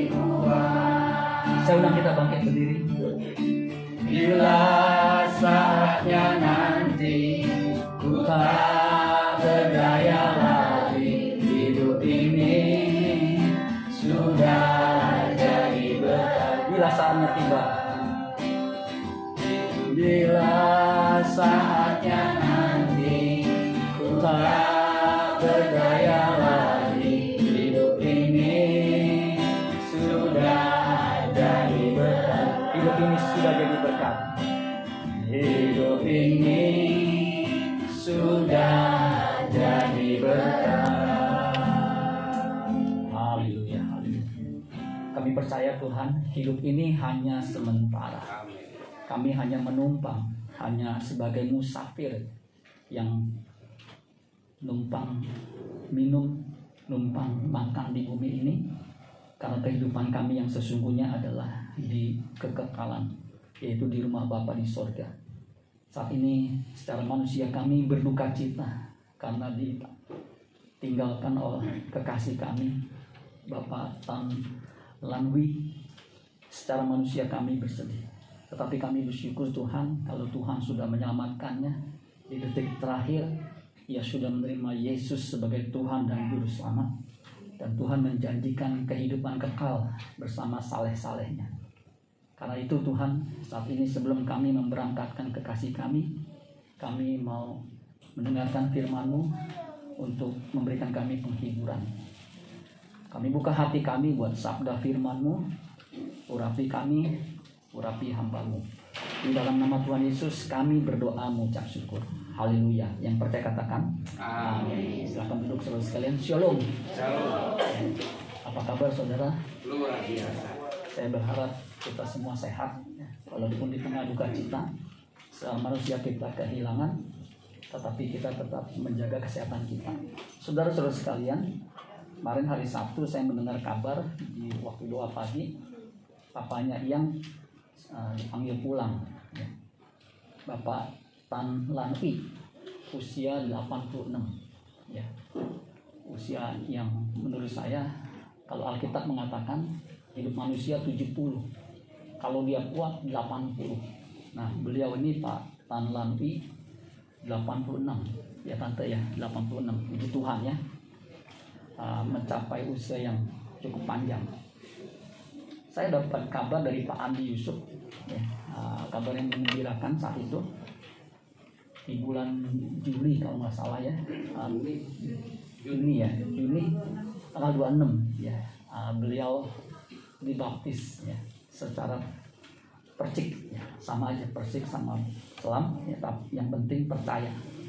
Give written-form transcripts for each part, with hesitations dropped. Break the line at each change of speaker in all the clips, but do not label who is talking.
Saya undang kita bangkit berdiri.
Bila saatnya nanti ku tak berdaya lagi, hidup ini sudah jadi berat.
Bila saatnya tiba,
bila saatnya nanti ku tak berdaya lagi, hidup ini sudah jadi berat.
hidup ini sudah jadi berkat.
Hidup ini sudah jadi berkat.
Haleluya, haleluya. Kami percaya Tuhan, hidup ini hanya sementara. Kami hanya menumpang, hanya sebagai musafir yang numpang minum, numpang makan di bumi ini. Karena kehidupan kami yang sesungguhnya adalah di kekekalan, yaitu di rumah Bapa di sorga. Saat ini secara manusia kami berduka cita karena ditinggalkan oleh kekasih kami, Bapak Tan Lanwi. Secara manusia kami bersedih, tetapi kami bersyukur Tuhan kalau Tuhan sudah menyelamatkannya di detik terakhir. Ia sudah menerima Yesus sebagai Tuhan dan Juru Selamat, dan Tuhan menjanjikan kehidupan kekal bersama saleh-salehnya. Karena itu Tuhan, saat ini sebelum kami memberangkatkan kekasih kami mau mendengarkan firman-Mu untuk memberikan kami penghiburan. Kami buka hati kami buat sabda firman-Mu. Urapi kami, urapi hamba-Mu. Di dalam nama Tuhan Yesus kami berdoa mengucap syukur. Haleluya. Yang percaya katakan amin. Silakan duduk saudara sekalian. Shalom.
Shalom.
Apa kabar saudara?
Luar biasa.
Saya berharap kita semua sehat, walaupun di tengah duka cita. Manusia kita kehilangan, tetapi kita tetap menjaga kesehatan kita. Saudara-saudara sekalian, kemarin hari Sabtu saya mendengar kabar di waktu doa pagi, papanya yang dipanggil pulang. Bapak Tan Lanwi, usia 86. Ya. Usia yang menurut saya, kalau Alkitab mengatakan hidup manusia 70, kalau dia kuat 80. Nah, beliau ini Pak Tan Lanwi 86, ya tante ya, 86. Puji Tuhan ya, mencapai usia yang cukup panjang. Saya dapat kabar dari Pak Andi Yusuf, ya, kabar yang menggembirakan saat itu di bulan Juli kalau nggak salah ya, Juni tanggal 26 ya, beliau dibaptis ya secara persik ya, sama aja persik sama selam ya, tapi yang penting percaya.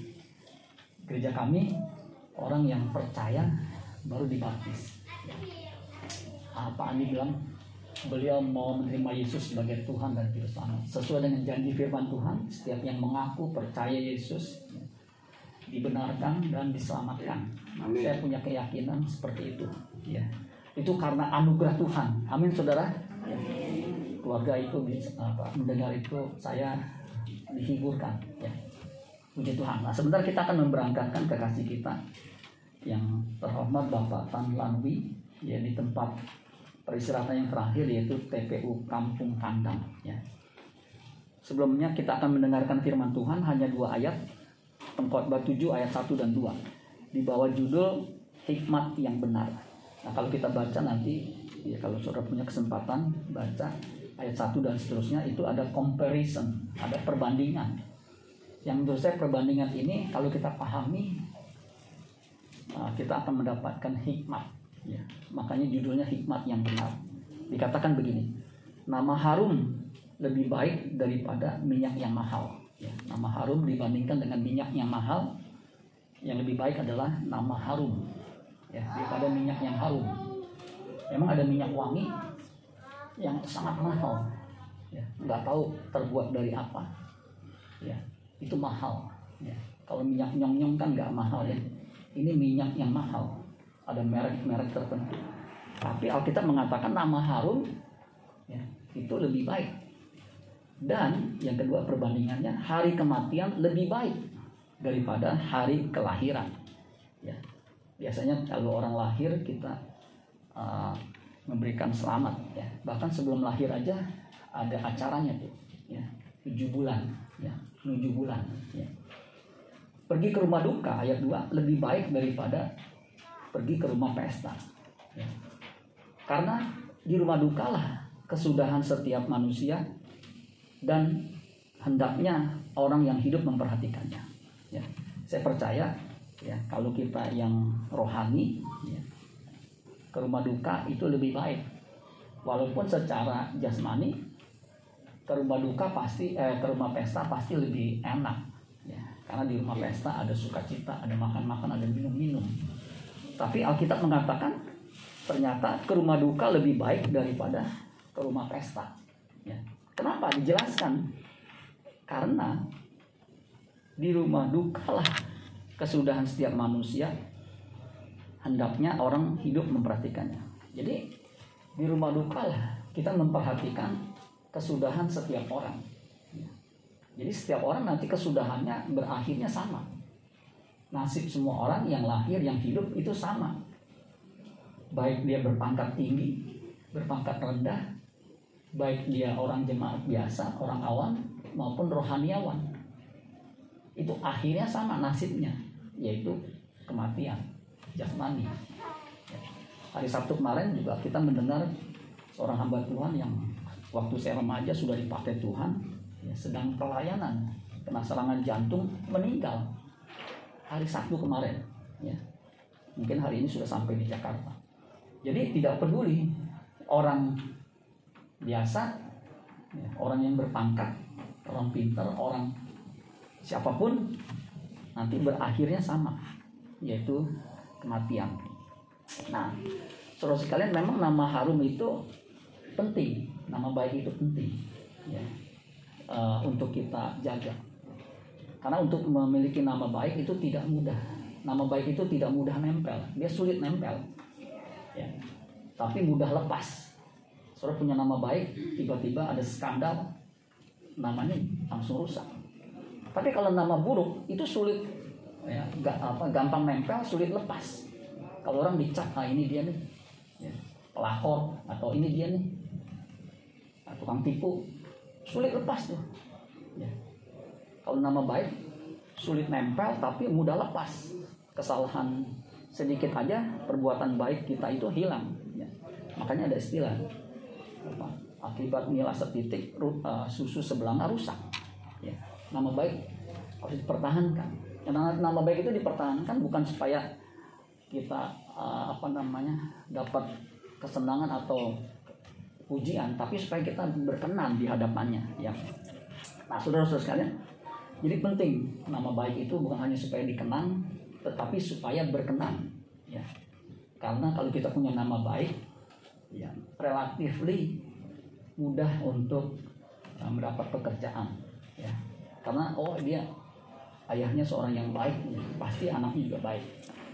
Gereja kami orang yang percaya baru dibaptis. Pak Andi bilang beliau mau menerima Yesus sebagai Tuhan dan Juru Selamat. Sesuai dengan janji firman Tuhan, setiap yang mengaku percaya Yesus dibenarkan dan diselamatkan. Amin. Saya punya keyakinan seperti itu ya. Itu karena anugerah Tuhan. Amin saudara ya. Keluarga itu mendengar itu, saya dihiburkan ya. Puji Tuhan. Nah, sebentar kita akan memberangkatkan kekasih kita yang terhormat Bapak Tan Lanwi ya, di tempat peristirahatan yang terakhir, yaitu TPU Kampung Kandang ya. Sebelumnya kita akan mendengarkan firman Tuhan, hanya 2 ayat, Pengkhotbah 7 ayat 1 dan 2, di bawah judul Hikmat yang Benar. Nah, kalau kita baca nanti ya, kalau saudara punya kesempatan baca ayat 1 dan seterusnya, itu ada comparison, ada perbandingan. Yang menurut saya perbandingan ini kalau kita pahami, kita akan mendapatkan hikmat ya. Makanya judulnya Hikmat yang Benar. Dikatakan begini, nama harum lebih baik daripada minyak yang mahal ya. Nama harum dibandingkan dengan minyak yang mahal, yang lebih baik adalah nama harum ya, daripada minyak yang harum. Memang ada minyak wangi yang sangat mahal ya, nggak tahu terbuat dari apa ya, itu mahal ya. Kalau minyak nyong-nyong kan nggak mahal ya, ini minyak yang mahal, ada merek-merek tertentu. Tapi Alkitab mengatakan nama harum ya, itu lebih baik. Dan yang kedua perbandingannya, hari kematian lebih baik daripada hari kelahiran ya. Biasanya kalau orang lahir kita memberikan selamat ya. Bahkan sebelum lahir aja ada acaranya tuh ya, 7 bulan ya, 7 bulan ya. Pergi ke rumah duka ayat 2 lebih baik daripada pergi ke rumah pesta ya. Karena di rumah duka lah kesudahan setiap manusia dan hendaknya orang yang hidup memperhatikannya ya. Saya percaya ya, kalau kita yang rohani ya, ke rumah duka itu lebih baik. Walaupun secara jasmani ke rumah duka pasti ke rumah pesta pasti lebih enak ya. Karena di rumah pesta ada sukacita, ada makan-makan, ada minum-minum. Tapi Alkitab mengatakan ternyata ke rumah duka lebih baik daripada ke rumah pesta ya. Kenapa? Dijelaskan. Karena di rumah duka lah kesudahan setiap manusia, hendaknya orang hidup memperhatikannya. Jadi di rumah duka lah kita memperhatikan kesudahan setiap orang. Jadi setiap orang nanti kesudahannya berakhirnya sama. Nasib semua orang yang lahir, yang hidup itu sama. Baik dia berpangkat tinggi, berpangkat rendah, baik dia orang jemaat biasa, orang awam, maupun rohaniawan. Itu akhirnya sama nasibnya, yaitu kematian jasmani. Hari Sabtu kemarin juga kita mendengar seorang hamba Tuhan yang waktu saya remaja sudah dipakai Tuhan ya, sedang pelayanan, kena serangan jantung, meninggal hari Sabtu kemarin ya. Mungkin hari ini sudah sampai di Jakarta. Jadi tidak peduli orang biasa ya, orang yang berpangkat, orang pintar, orang siapapun, nanti berakhirnya sama, yaitu kematian. Nah, saudara sekalian, memang nama harum itu penting, nama baik itu penting ya, untuk kita jaga. Karena untuk memiliki nama baik itu tidak mudah. Nama baik itu tidak mudah nempel, dia sulit nempel ya, tapi mudah lepas. Saudara punya nama baik, tiba-tiba ada skandal, namanya langsung rusak. Tapi kalau nama buruk itu sulit ya, gampang nempel, sulit lepas. Kalau orang dicap, ini dia nih ya, pelakor, atau ini dia nih tukang tipu, sulit lepas tuh ya. Kalau nama baik sulit nempel tapi mudah lepas. Kesalahan sedikit aja, perbuatan baik kita itu hilang ya. Makanya ada istilah akibat nila setitik susu sebelanga rusak ya. Nama baik harus dipertahankan. Nama baik itu dipertahankan bukan supaya kita dapat kesenangan atau pujian, tapi supaya kita berkenan di hadapannya ya. Nah, saudara-saudara sekalian, jadi penting nama baik itu bukan hanya supaya dikenang, tetapi supaya berkenan ya. Karena kalau kita punya nama baik ya, relatively mudah untuk mendapat pekerjaan ya. Karena dia ayahnya seorang yang baik ya, pasti anaknya juga baik.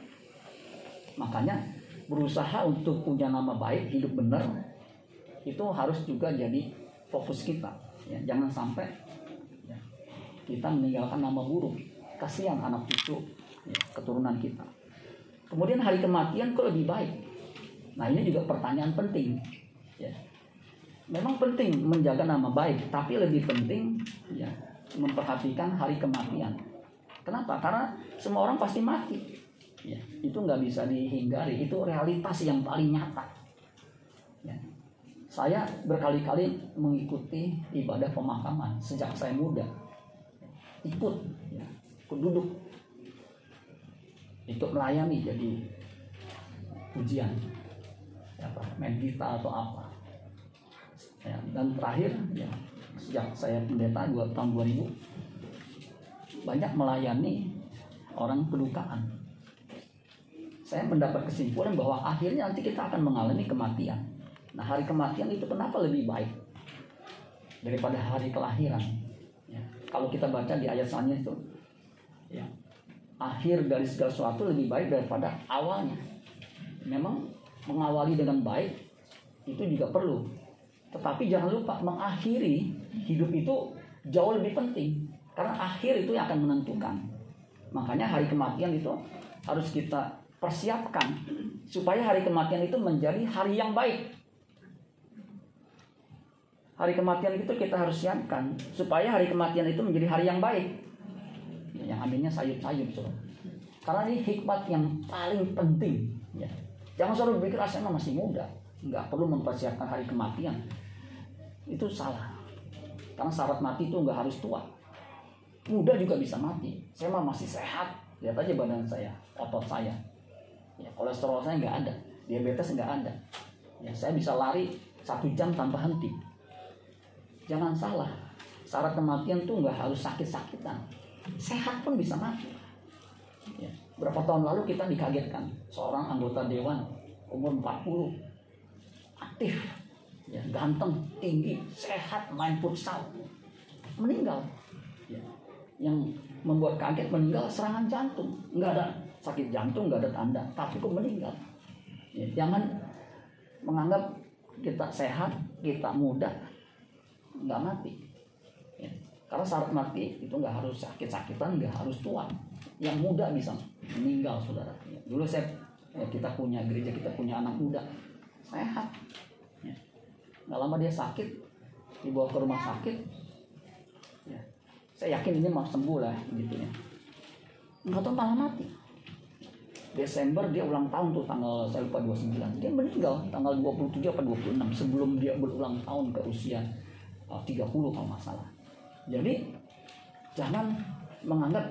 Makanya berusaha untuk punya nama baik, hidup benar, itu harus juga jadi fokus kita ya. Jangan sampai ya, kita meninggalkan nama buruk. Kasihan anak cucu ya, keturunan kita. Kemudian hari kematian kok lebih baik? Nah, ini juga pertanyaan penting ya. Memang penting menjaga nama baik, tapi lebih penting ya, memperhatikan hari kematian. Kenapa? Karena semua orang pasti mati ya, itu nggak bisa dihindari, itu realitas yang paling nyata ya. Saya berkali-kali mengikuti ibadah pemakaman sejak saya muda, ikut duduk, ikut melayani, jadi pujian ya, main gitar atau apa ya. Dan terakhir ya, sejak saya pendeta tahun 2000, banyak melayani orang kedukaan. Saya mendapat kesimpulan bahwa akhirnya nanti kita akan mengalami kematian. Nah, hari kematian itu kenapa lebih baik daripada hari kelahiran ya. Kalau kita baca di ayat selanjutnya itu ya, akhir dari segala sesuatu lebih baik daripada awalnya. Memang mengawali dengan baik itu juga perlu, tetapi jangan lupa mengakhiri hidup itu jauh lebih penting, karena akhir itu yang akan menentukan. Makanya hari kematian itu harus kita persiapkan supaya hari kematian itu menjadi hari yang baik hari kematian itu kita harus siapkan supaya hari kematian itu menjadi hari yang baik. Yang aminnya sayup-sayup, saudara. Karena ini hikmat yang paling penting. Ya. Jangan selalu berpikir saya masih muda, nggak perlu mempersiapkan hari kematian. Itu salah. Karena syarat mati itu nggak harus tua. Muda juga bisa mati. Saya masih sehat. Lihat aja badan saya, otot saya. Ya, kolesterol saya nggak ada, diabetes nggak ada. Ya, saya bisa lari 1 jam tanpa henti. Jangan salah. Syarat kematian tuh nggak harus sakit-sakitan. Sehat pun bisa mati. Ya. Berapa tahun lalu kita dikagetkan seorang anggota dewan umur 40, aktif, ya, ganteng, tinggi, sehat, main futsal, meninggal. Ya. Yang membuat kaget, meninggal serangan jantung, nggak ada sakit jantung, nggak ada tanda, tapi kok meninggal. Ya. Jangan menganggap kita sehat, kita muda, nggak mati. Ya. Karena syarat mati itu nggak harus sakit-sakitan, nggak harus tua. Yang muda bisa meninggal, saudara. Ya. Dulu kita punya gereja, kita punya anak muda sehat. Ya. Nggak lama dia sakit, dibawa ke rumah sakit. Ya. Saya yakin ini mau sembuh lah, gitu ya. Nggak tahu malah mati. Desember dia ulang tahun tuh, tanggal saya lupa 29. Dia meninggal tanggal 27 atau 26 sebelum dia berulang tahun ke usia 30 kalau nggak salah. Jadi jangan menganggap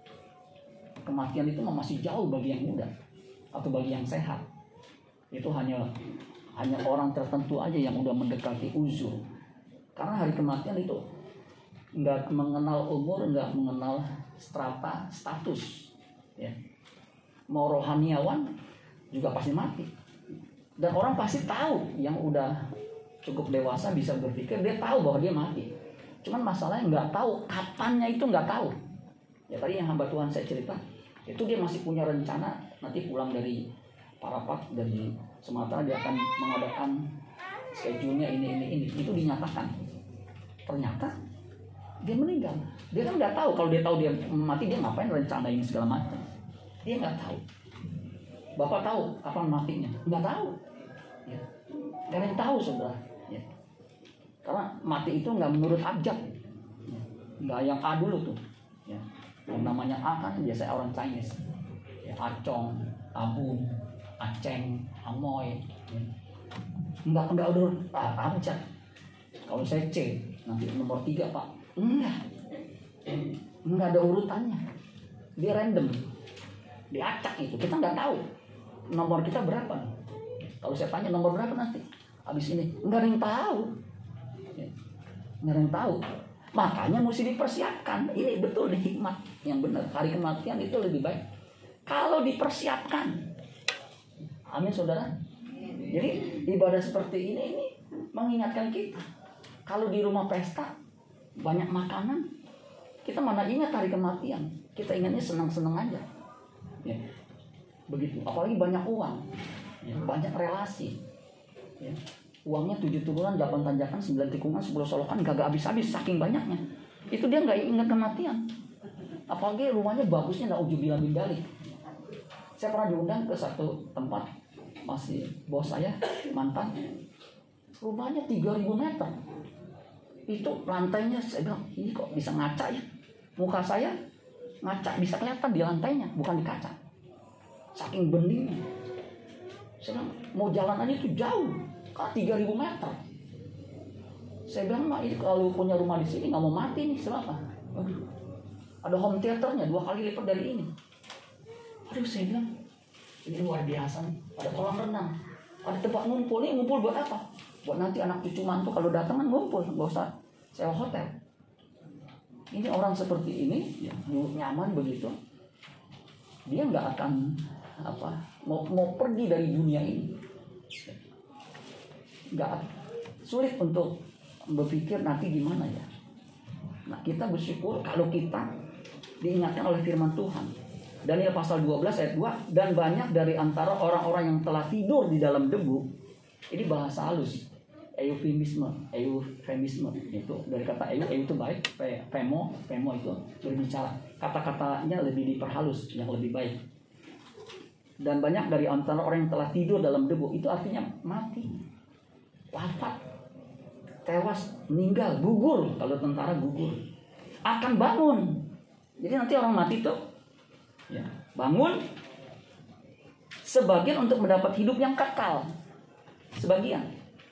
kematian itu masih jauh bagi yang muda atau bagi yang sehat. Itu hanya orang tertentu aja yang udah mendekati uzur. Karena hari kematian itu nggak mengenal umur, nggak mengenal strata status. Ya. Mau rohaniawan juga pasti mati. Dan orang pasti tahu, yang udah cukup dewasa bisa berpikir, dia tahu bahwa dia mati. Cuman masalahnya nggak tahu kapannya, itu nggak tahu. Ya tadi yang hamba Tuhan saya cerita, itu dia masih punya rencana nanti pulang dari Parapat, dari Sumatera, dia akan mengadakan schedule-nya ini. Itu dinyatakan. Ternyata dia meninggal. Dia kan nggak tahu, kalau dia tahu dia mati, dia ngapain rencanain segala macam. Dia nggak tahu. Bapak tahu kapan matinya? Nggak tahu. Ya. Nggak ada yang tahu, saudara. Ya. Karena mati itu nggak menurut abjad, ya. Nggak yang A dulu tuh. Ya. Yang namanya A kan biasanya orang Chinese. Ya. Acong, Abun, Aceng, Amoy. Ya. Nggak urut abjad. Kalau saya C, nanti nomor 3 Pak. Nggak ada urutannya. Dia random. Diacak itu, kita nggak tahu nomor kita berapa. Kalau saya tanya nomor berapa nanti habis ini, nggak ada yang tahu. Nggak ada yang tahu. Makanya mesti dipersiapkan. Ini betul nih hikmat yang benar. Hari kematian itu lebih baik kalau dipersiapkan. Amin, saudara. Jadi ibadah seperti ini mengingatkan kita. Kalau di rumah pesta banyak makanan, kita mana ingat hari kematian. Kita ingatnya senang-senang aja. Ya, begitu. Apalagi banyak uang, ya, banyak relasi. Ya. Uangnya 7 turunan, 8 tanjakan, 9 tikungan, 10 solokan, gak habis-habis saking banyaknya. Itu dia nggak ingat kematian. Apalagi rumahnya bagusnya, na'udzubillah min dzalik. Saya pernah diundang ke satu tempat, masih bos saya mantan, rumahnya 3.000 meter. Itu lantainya, saya bilang ini kok bisa ngaca ya. Muka saya ngaca, bisa kelihatan di lantainya, bukan di kaca. Saking beningnya. Saya bilang mau jalan aja itu jauh, kan 3.000 meter. Saya bilang, Mak, ini kalau punya rumah di sini nggak mau mati nih, siapa? Aduh, ada home theaternya 2 kali lipat dari ini. Aduh, saya bilang ini luar biasa nih. Ada kolam renang, ada tempat ngumpul. Nih ngumpul buat apa? Buat nanti anak cucu mantu kalau datang kan ngumpul, nggak usah sewa hotel. Ini orang seperti ini, ya, nyaman begitu. Dia nggak akan mau pergi dari dunia ini. Nggak sulit untuk berpikir nanti gimana ya. Nah, kita bersyukur kalau kita diingatkan oleh firman Tuhan. Daniel pasal 12 ayat 2, dan banyak dari antara orang-orang yang telah tidur di dalam debu. Ini bahasa halus. Eufemisme itu dari kata eu itu baik, pemo itu berbicara. Kata-katanya lebih diperhalus, yang lebih baik. Dan banyak dari antara orang yang telah tidur dalam debu, itu artinya mati, wafat, tewas, meninggal, gugur. Kalau tentara gugur, akan bangun. Jadi nanti orang mati tuh ya, bangun sebagian untuk mendapat hidup yang kekal, sebagian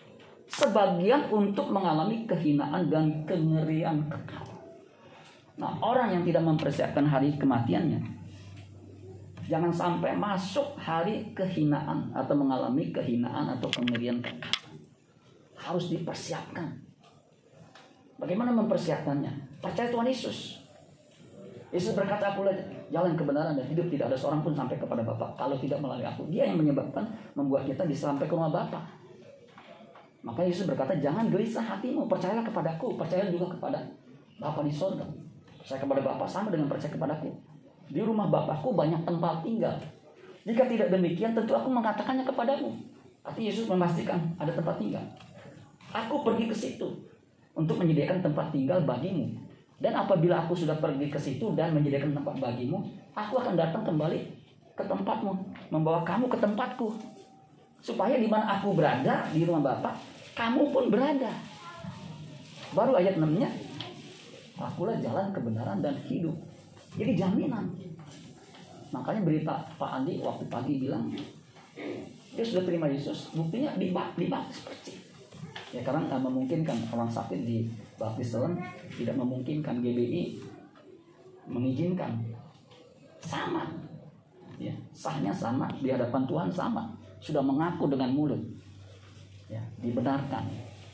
untuk mengalami kehinaan dan kengerian kekal. Nah, orang yang tidak mempersiapkan hari kematiannya, jangan sampai masuk hari kehinaan atau mengalami kehinaan atau kengerian kekal. Harus dipersiapkan. Bagaimana mempersiapkannya? Percaya Tuhan Yesus. Yesus berkata, "Akulah jalan kebenaran dan hidup, tidak ada seorang pun sampai kepada Bapa kalau tidak melalui aku." Dia yang membuat kita bisa sampai ke rumah Bapa. Maka Yesus berkata, "Jangan gelisah hatimu, percayalah kepadaku, percayalah juga kepada Bapa di sorga." Percaya kepada Bapa sama dengan percaya kepadaku. Di rumah Bapakku banyak tempat tinggal. Jika tidak demikian, tentu aku mengatakannya kepadamu. Artinya Yesus memastikan ada tempat tinggal. Aku pergi ke situ untuk menyediakan tempat tinggal bagimu. Dan apabila aku sudah pergi ke situ dan menyediakan tempat bagimu, aku akan datang kembali ke tempatmu, membawa kamu ke tempatku, supaya di mana aku berada di rumah Bapa, kamu pun berada. Baru ayat 6-nya, akulah jalan kebenaran dan hidup. Jadi jaminan. Makanya berita Pak Andi waktu pagi bilang dia sudah terima Yesus, buktinya dibaptis percis. Ya karena nggak memungkinkan orang sakit dibaptis dalam, tidak memungkinkan GBI mengizinkan. Sama, ya sahnya sama di hadapan Tuhan sama. Sudah mengaku dengan mulut, ya dibenarkan.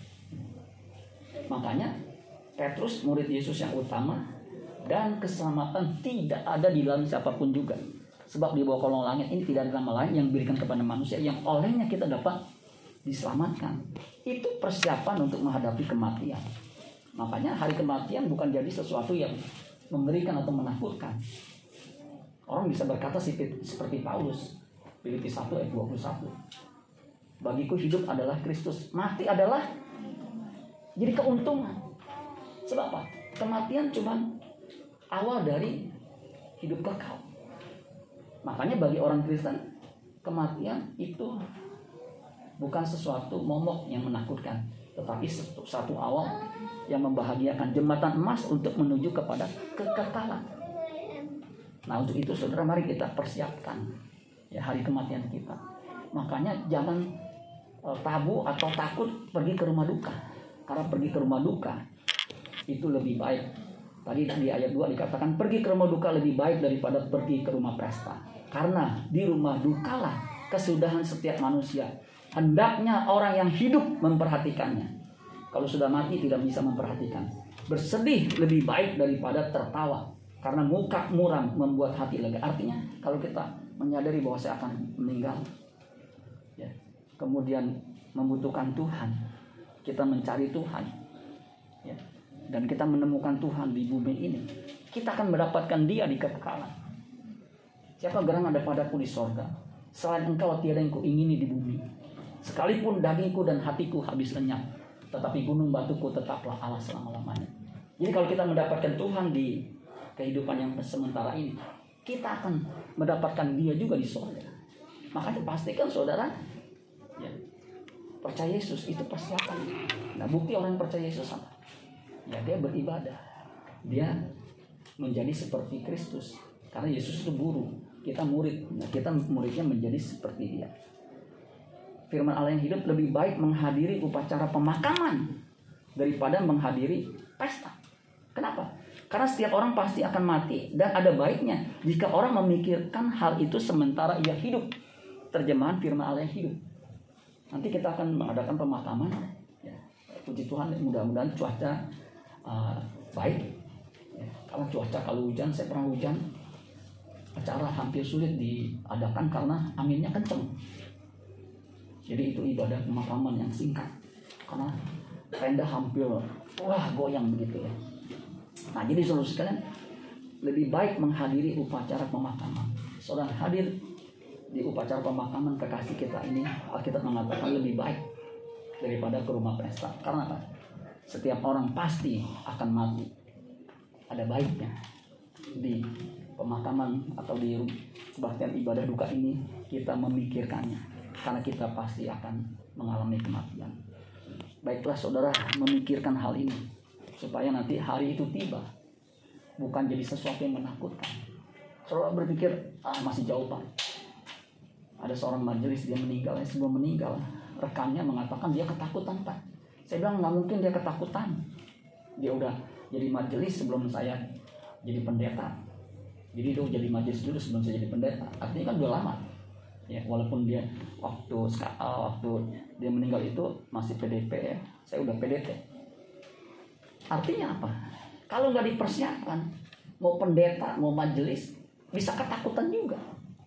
Makanya Petrus murid Yesus yang utama, dan keselamatan tidak ada di dalam siapapun juga. Sebab di bawah kolong langit ini tidak ada nama lain yang diberikan kepada manusia yang olehnya kita dapat diselamatkan. Itu persiapan untuk menghadapi kematian. Makanya hari kematian bukan jadi sesuatu yang mengerikan atau menakutkan. Orang bisa berkata seperti Paulus, Filipi 1 ayat 21. Bagiku hidup adalah Kristus, mati adalah jadi keuntungan. Sebab apa? Kematian cuma awal dari hidup kekal. Makanya bagi orang Kristen, kematian itu bukan sesuatu momok yang menakutkan, tetapi satu awal yang membahagiakan, jembatan emas untuk menuju kepada kekekalan. Nah, untuk itu saudara, mari kita persiapkan ya hari kematian kita. Makanya jangan tabu atau takut pergi ke rumah duka. Karena pergi ke rumah duka itu lebih baik. Tadi di ayat 2 dikatakan pergi ke rumah duka lebih baik daripada pergi ke rumah pesta. Karena di rumah dukalah kesudahan setiap manusia. Hendaknya orang yang hidup memperhatikannya. Kalau sudah mati tidak bisa memperhatikan. Bersedih lebih baik daripada tertawa. Karena muka muram membuat hati lega. Artinya kalau kita menyadari bahwa saya akan meninggal, ya, kemudian membutuhkan Tuhan, kita mencari Tuhan, ya, dan kita menemukan Tuhan di bumi ini, kita akan mendapatkan Dia di kekekalan. Siapa gerang ada padaku di sorga? Selain Engkau tiada yang kuingini di bumi. Sekalipun dagingku dan hatiku habis lenyap, tetapi gunung batuku tetaplah Allah selama-lamanya. Jadi kalau kita mendapatkan Tuhan di kehidupan yang sementara ini, kita akan mendapatkan Dia juga di sorga. Makanya pastikan saudara, ya, percaya Yesus itu persiapan. Nah, bukti orang yang percaya Yesus apa? Ya, dia beribadah, dia menjadi seperti Kristus. Karena Yesus itu guru, kita murid. Nah, kita muridnya menjadi seperti Dia. Firman Allah yang hidup lebih baik menghadiri upacara pemakaman daripada menghadiri pesta. Kenapa? Karena setiap orang pasti akan mati, dan ada baiknya jika orang memikirkan hal itu sementara ia hidup. Terjemahan firman Allah yang hidup. Nanti kita akan mengadakan pemakaman. Ya, puji Tuhan, mudah-mudahan cuaca baik. Ya, kalau cuaca, kalau hujan, saya pernah hujan, acara hampir sulit diadakan karena anginnya kencang. Jadi itu ibadah pemakaman yang singkat, karena tenda hampir goyang begitu ya. Nah, jadi saudara sekalian, lebih baik menghadiri upacara pemakaman. Saudara hadir di upacara pemakaman kekasih kita ini, Alkitab mengatakan lebih baik daripada ke rumah pesta. Karena apa? Setiap orang pasti akan mati. Ada baiknya di pemakaman atau di kebaktian ibadah duka ini kita memikirkannya, karena kita pasti akan mengalami kematian. Baiklah saudara memikirkan hal ini, supaya nanti hari itu tiba, bukan jadi sesuatu yang menakutkan. Saudara berpikir, masih jauh Pak. Ada seorang majelis, dia meninggal, sebelum meninggal, rekannya mengatakan dia ketakutan Pak. Saya bilang nggak mungkin dia ketakutan. Dia udah jadi majelis sebelum saya jadi pendeta. Jadi dia jadi majelis dulu sebelum saya jadi pendeta. Artinya kan udah lama. Ya, walaupun dia waktu dia meninggal itu masih PDP, ya, saya udah PDT. Artinya apa? Kalau nggak dipersiapkan, mau pendeta, mau majelis, bisa ketakutan juga.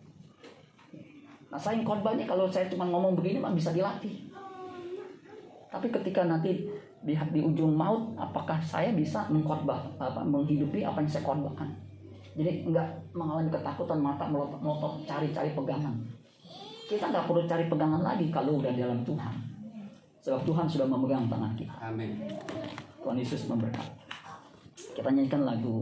Nah, saya khotbahnya kalau saya cuma ngomong begini mah bisa dilatih. Tapi ketika nanti di ujung maut, apakah saya bisa menghidupi apa yang saya khotbahkan? Jadi nggak mengalami ketakutan, mata melotot cari-cari pegangan. Kita nggak perlu cari pegangan lagi kalau udah dalam Tuhan. Sebab Tuhan sudah memegang tangan kita.
Amin.
Tuhan Yesus memberkati. Kita nyanyikan lagu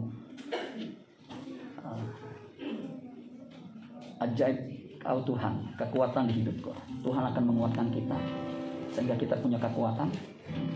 Ajaib Kau Tuhan, kekuatan di hidupku. Tuhan akan menguatkan kita sehingga kita punya kekuatan.